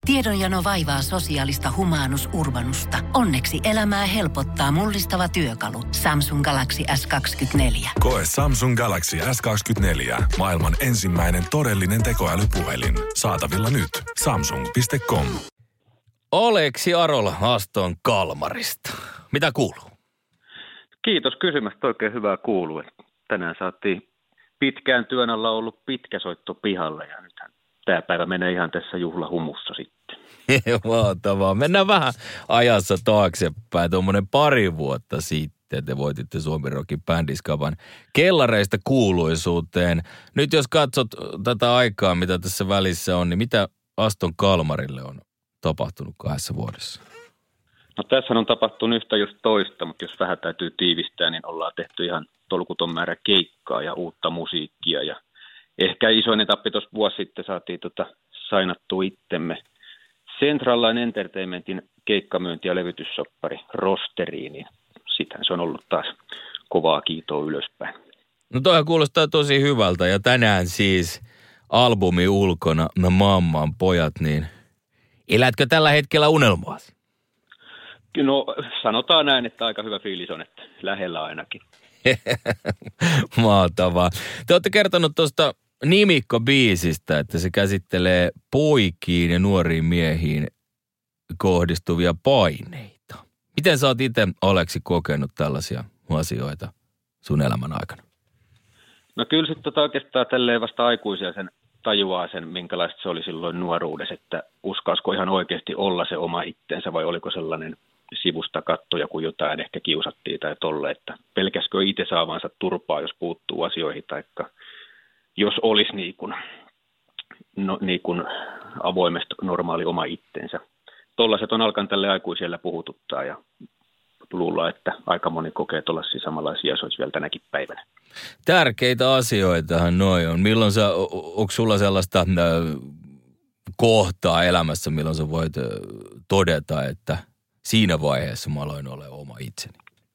Tiedonjano vaivaa sosiaalista humanus urbanusta. Onneksi elämää helpottaa mullistava työkalu. Samsung Galaxy S24. Koe Samsung Galaxy S24. Maailman ensimmäinen todellinen tekoälypuhelin. Saatavilla nyt. Samsung.com. Oleksi Arola Aston Kalmarista. Mitä kuuluu? Kiitos kysymästä. Oikein hyvää kuuluu. Tänään saatiin pitkään työn alla ollut pitkä soitto pihalle ja nythän tämä päivä menee ihan tässä juhlahumussa sitten. Mahtavaa. Mennään vähän ajassa taaksepäin. Tuommoinen 2 vuotta sitten te voititte Suomi Rockin bändiskapan kellareista kuuluisuuteen. Nyt jos katsot tätä aikaa, mitä tässä välissä on, niin mitä Aston Kalmarille on tapahtunut 2 vuodessa? No tässä on tapahtunut yhtä just toista, mutta jos vähän täytyy tiivistää, niin ollaan tehty ihan tolkuton määrä keikkaa ja uutta musiikkia. Ja ehkä isoin etappi tuossa vuosi sitten saatiin sainattua itsemme Central Line Entertainmentin keikkamyynti- ja levytyssoppari rosteriin, niin sitähän se on ollut taas kovaa kiitoa ylöspäin. No toihan kuulostaa tosi hyvältä ja tänään siis albumi ulkona, Mamman pojat, niin elätkö tällä hetkellä unelmaasi? No sanotaan näin, että aika hyvä fiilis on, että lähellä ainakin. Mahtavaa. Te olette kertonut tuosta Nimikko-biisistä, että se käsittelee poikiin ja nuoriin miehiin kohdistuvia paineita. Miten sä oot itse, Aleksi, kokenut tällaisia asioita sun elämän aikana? No kyllä sitten oikeastaan tälleen vasta aikuisia sen tajuaa sen, minkälaista se oli silloin nuoruudessa, että uskaisiko ihan oikeasti olla se oma itsensä vai oliko sellainen sivusta kattoja, kun jotain ehkä kiusattiin tai tolle, että pelkäskö itse saavansa turpaa, jos puuttuu asioihin, taikka jos olisi niin kuin avoimesti normaali oma itsensä. Tollaiset on alkanut tälle aikuisella puhututtaa ja luulla, että aika moni kokee tollaisia samanlaisia asioita vielä tänäkin päivänä. Tärkeitä asioitahan noi on. Onko sulla sellaista kohtaa elämässä, milloin sä voit todeta, että siinä vaiheessa mä aloin olla oma itseni?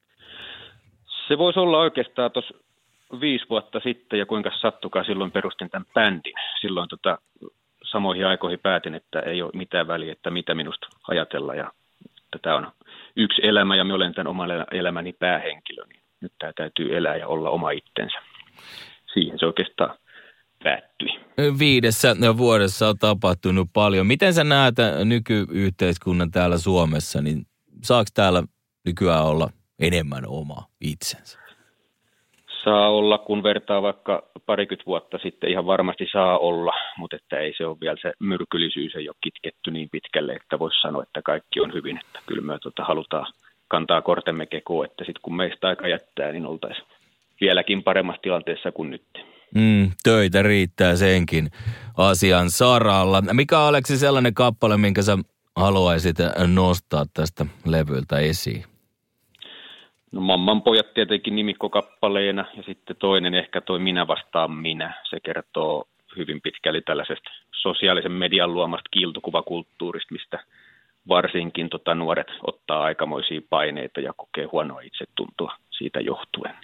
Se voisi olla oikeastaan tuossa 5 vuotta sitten ja kuinka sattukaan silloin perustin tämän bändin. Silloin samoihin aikoihin päätin, että ei ole mitään väliä, että mitä minusta ajatella ja tämä on yksi elämä ja minä olen tämän oman elämäni päähenkilö, niin nyt tämä täytyy elää ja olla oma itsensä. Siihen se oikeastaan päättyi. 5 vuodessa on tapahtunut paljon. Miten sä näet nykyyhteiskunnan täällä Suomessa, niin saako täällä nykyään olla enemmän oma itsensä? Saa olla, kun vertaa vaikka 20 vuotta sitten, ihan varmasti saa olla, mutta että ei se ole vielä se myrkyllisyys, ei ole kitketty niin pitkälle, että voisi sanoa, että kaikki on hyvin. Että kyllä me halutaan kantaa kortemme kekoon, että sitten kun meistä aika jättää, niin oltaisiin vieläkin paremmassa tilanteessa kuin nyt. Töitä riittää senkin asian saralla. Mikä on, Aleksi, sellainen kappale, minkä sä haluaisit nostaa tästä levyltä esiin? No Mamman pojat tietenkin nimikkokappaleena ja sitten toinen ehkä toi Minä vastaan minä. Se kertoo hyvin pitkälle tällaisesta sosiaalisen median luomasta kiiltokuvakulttuurista, mistä varsinkin nuoret ottaa aikamoisia paineita ja kokee huonoa itsetuntoa siitä johtuen.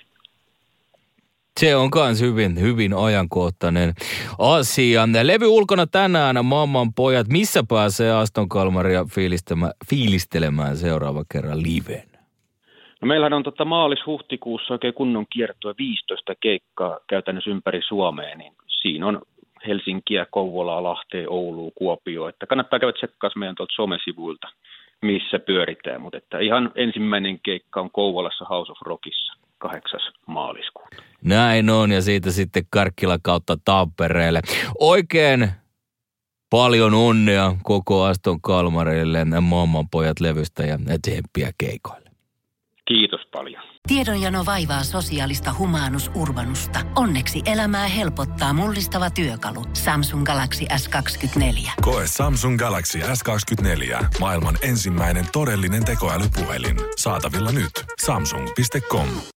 Se on kans hyvin ajankohtainen asia. Levy ulkona tänään, Mamman pojat. Missä pääsee Aston Kalmaria fiilistelemään seuraava kerran liven? No meillähän on maalis-huhtikuussa oikein kunnon kiertoa 15 keikkaa käytännössä ympäri Suomea, niin siinä on Helsinkiä, Kouvolaa, Lahtea, Oulua, Kuopio. Että kannattaa käydä tsekkaa meidän tuolta somesivuilta, missä pyöritään, mutta että ihan ensimmäinen keikka on Kouvolassa House of Rockissa 8. maaliskuuta. Näin on, ja siitä sitten Karkkila kautta Tampereelle. Oikein paljon onnea koko Aston Kalmarille, Mamman pojat levystä ja tsemppiä keikoille. Kiitos paljon. Tiedonjano vaivaa sosiaalista humanus urbanusta. Onneksi elämää helpottaa mullistava työkalu. Samsung Galaxy S24. Koe Samsung Galaxy S24. Maailman ensimmäinen todellinen tekoälypuhelin. Saatavilla nyt. Samsung.com.